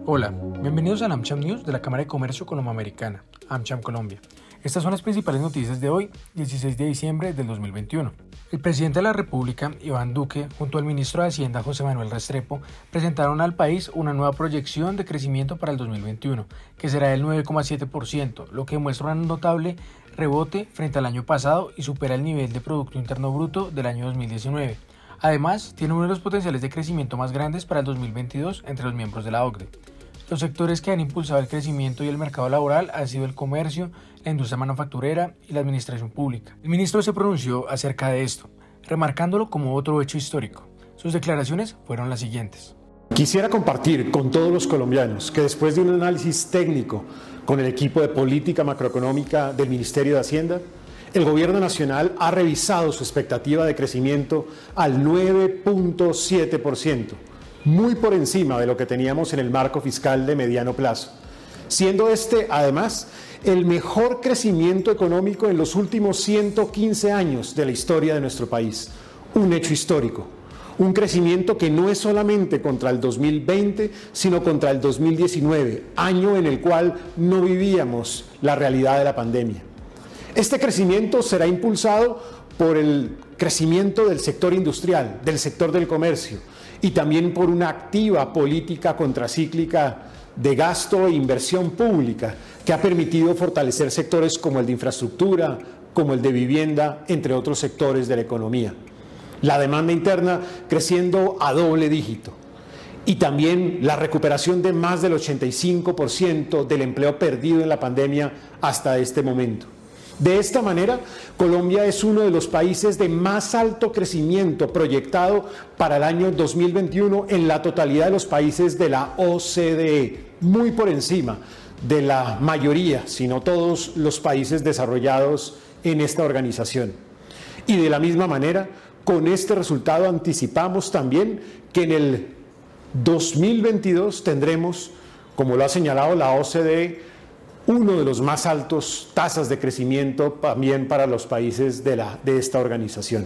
Hola, bienvenidos a AmCham News de la Cámara de Comercio Colomboamericana, AmCham Colombia. Estas son las principales noticias de hoy, 16 de diciembre del 2021. El presidente de la República, Iván Duque, junto al ministro de Hacienda, José Manuel Restrepo, presentaron al país una nueva proyección de crecimiento para el 2021, que será del 9,7%, lo que muestra un notable rebote frente al año pasado y supera el nivel de Producto Interno Bruto del año 2019. Además, tiene uno de los potenciales de crecimiento más grandes para el 2022 entre los miembros de la OCDE. Los sectores que han impulsado el crecimiento y el mercado laboral han sido el comercio, la industria manufacturera y la administración pública. El ministro se pronunció acerca de esto, remarcándolo como otro hecho histórico. Sus declaraciones fueron las siguientes. Quisiera compartir con todos los colombianos que después de un análisis técnico con el equipo de política macroeconómica del Ministerio de Hacienda, el Gobierno Nacional ha revisado su expectativa de crecimiento al 9,7%, muy por encima de lo que teníamos en el marco fiscal de mediano plazo, siendo este, además, el mejor crecimiento económico en los últimos 115 años de la historia de nuestro país. Un hecho histórico, un crecimiento que no es solamente contra el 2020, sino contra el 2019, año en el cual no vivíamos la realidad de la pandemia. Este crecimiento será impulsado por el crecimiento del sector industrial, del sector del comercio y también por una activa política contracíclica de gasto e inversión pública que ha permitido fortalecer sectores como el de infraestructura, como el de vivienda, entre otros sectores de la economía. La demanda interna creciendo a doble dígito y también la recuperación de más del 85% del empleo perdido en la pandemia hasta este momento. De esta manera, Colombia es uno de los países de más alto crecimiento proyectado para el año 2021 en la totalidad de los países de la OCDE, muy por encima de la mayoría, si no todos los países desarrollados en esta organización. Y de la misma manera, con este resultado anticipamos también que en el 2022 tendremos, como lo ha señalado la OCDE, uno de los más altos tasas de crecimiento también para los países de esta organización.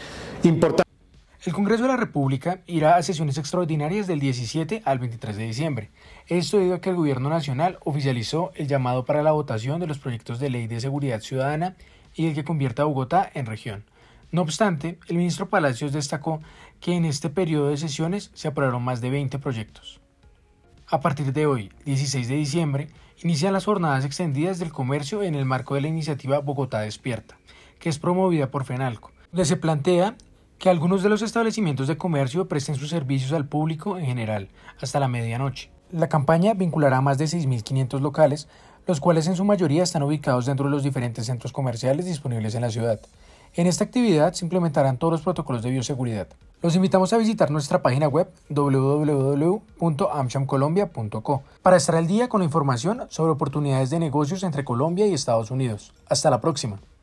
El Congreso de la República irá a sesiones extraordinarias del 17 al 23 de diciembre. Esto debido a que el Gobierno Nacional oficializó el llamado para la votación de los proyectos de ley de seguridad ciudadana y el que convierta a Bogotá en región. No obstante, el ministro Palacios destacó que en este periodo de sesiones se aprobaron más de 20 proyectos. A partir de hoy, 16 de diciembre, inician las jornadas extendidas del comercio en el marco de la iniciativa Bogotá Despierta, que es promovida por FENALCO, donde se plantea que algunos de los establecimientos de comercio presten sus servicios al público en general hasta la medianoche. La campaña vinculará a más de 6.500 locales, los cuales en su mayoría están ubicados dentro de los diferentes centros comerciales disponibles en la ciudad. En esta actividad se implementarán todos los protocolos de bioseguridad. Los invitamos a visitar nuestra página web www.amchamcolombia.co para estar al día con la información sobre oportunidades de negocios entre Colombia y Estados Unidos. Hasta la próxima.